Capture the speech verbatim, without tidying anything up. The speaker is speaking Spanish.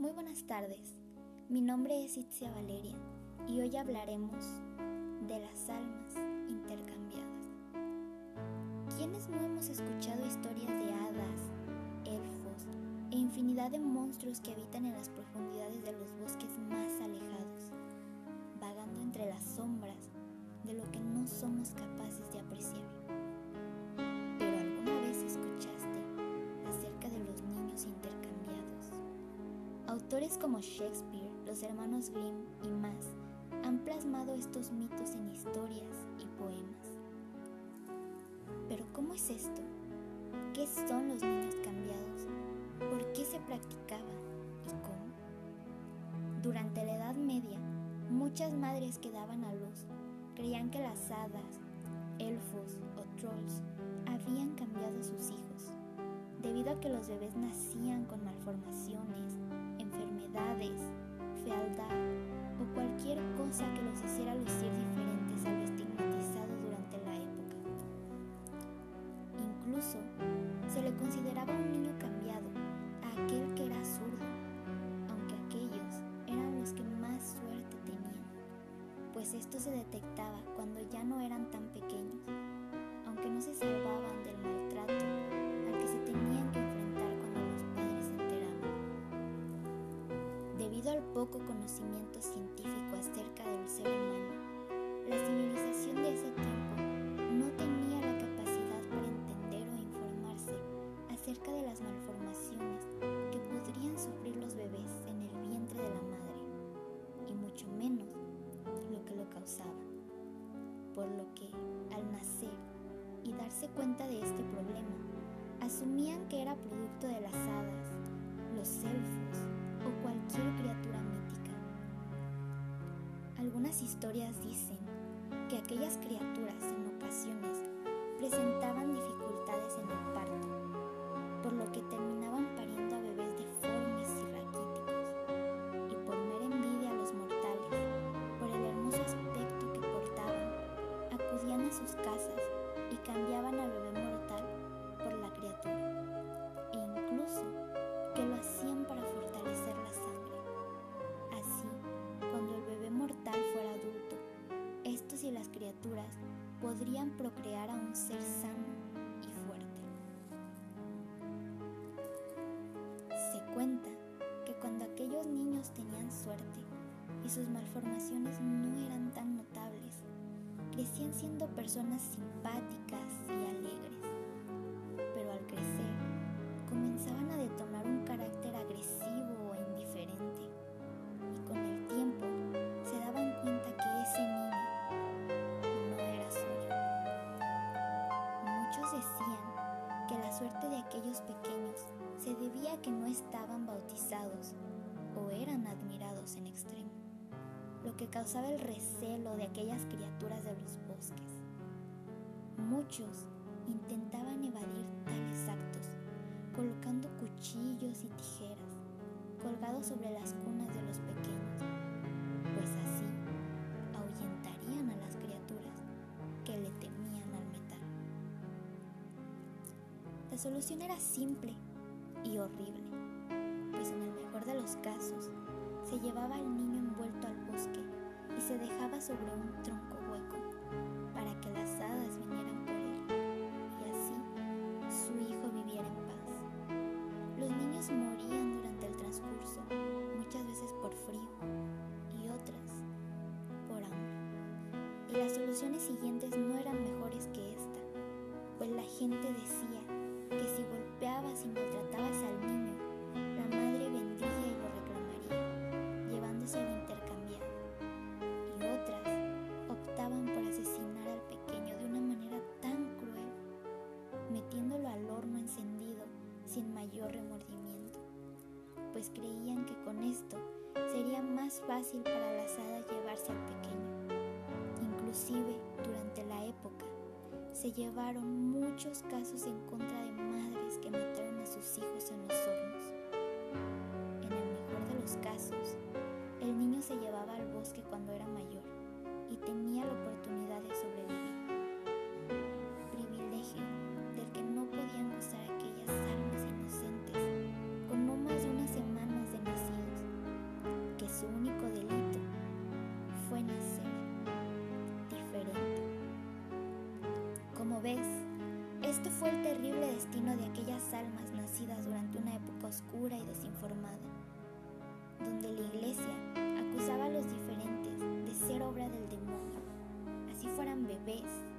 Muy buenas tardes, mi nombre es Itzia Valeria y hoy hablaremos de las almas intercambiadas. ¿Quiénes no hemos escuchado historias de hadas, elfos e infinidad de monstruos que habitan en las profundidades de los bosques más alejados, vagando entre las sombras de lo que no somos capaces de apreciar? ¿Pero alguna vez escuchaste acerca de los niños intercambiados? Autores como Shakespeare, los hermanos Grimm y más han plasmado estos mitos en historias y poemas. ¿Pero cómo es esto? ¿Qué son los niños cambiados? ¿Por qué se practicaban? ¿Y cómo? Durante la Edad Media, muchas madres que daban a luz creían que las hadas, elfos o trolls habían cambiado a sus hijos, debido a que los bebés nacían con malformaciones, enfermedades, fealdad o cualquier cosa que los hiciera lucir diferentes a lo estigmatizado durante la época. Incluso se le consideraba un niño cambiado a aquel que era zurdo, aunque aquellos eran los que más suerte tenían, pues esto se detectaba cuando ya no eran tan pequeños, aunque no se salvaban del maltrato al que se tenían que enfrentar cuando los padres se enteraban. Debido al poco conocimiento científico acerca del ser humano, la civilización de ese tiempo no tenía la capacidad para entender o informarse acerca de las malformaciones que podrían sufrir los bebés en el vientre de la madre, y mucho menos lo que lo causaba. Por lo que, al nacer y darse cuenta de este problema, asumían que era producto de las hadas, los elfos o cualquier criatura mítica. Algunas historias dicen que aquellas criaturas en ocasiones presentaban dificultades en el parto, por lo que terminaban pariendo a bebés deformes y raquíticos, y por mera envidia a los mortales, por el hermoso aspecto que portaban, acudían a sus casas y cambiaban al bebé mortal por la criatura, e incluso que lo hacían para fortalecer la sangre. Así, cuando el bebé mortal fuera adulto, estos y las criaturas podrían procrear a un ser sano y fuerte. Se cuenta que cuando aquellos niños tenían suerte y sus malformaciones no eran tan notables, crecían siendo personas simpáticas y alegres, pero al crecer comenzaban a detonar un carácter agresivo o indiferente, y con el tiempo se daban cuenta que ese niño no era suyo. Muchos decían que la suerte de aquellos pequeños se debía a que no estaban bautizados o eran admirados en extremo, lo que causaba el recelo de aquellas criaturas de los bosques. Muchos intentaban evadir tales actos, colocando cuchillos y tijeras colgados sobre las cunas de los pequeños, pues así ahuyentarían a las criaturas que le temían al metal. La solución era simple y horrible, pues en el mejor de los casos se llevaba al niño envuelto al bosque y se dejaba sobre un tronco hueco para que las hadas vinieran por él y así su hijo viviera en paz. Los niños morían durante el transcurso, muchas veces por frío y otras por hambre. Y las soluciones siguientes no eran mejores que esta, pues la gente decía que si golpeabas y maltratabas al niño, la madre vendría y lo reclamaría, llevándose al intercambiado. Y otras optaban por asesinar al pequeño de una manera tan cruel, metiéndolo al horno encendido sin mayor remordimiento, pues creían que con esto sería más fácil para las hadas llevarse al pequeño. Inclusive, durante la época, se llevaron muchos casos en contra de madres que mataron a sus hijos en los hornos. En el mejor de los casos, el niño se llevaba al bosque cuando era mayor y tenía la oportunidad de sobrevivir, privilegio del que no podían gozar aquellas almas inocentes con no más de unas semanas de nacidos, Este fue el terrible destino de aquellas almas nacidas durante una época oscura y desinformada, donde la Iglesia acusaba a los diferentes de ser obra del demonio, así fueran bebés,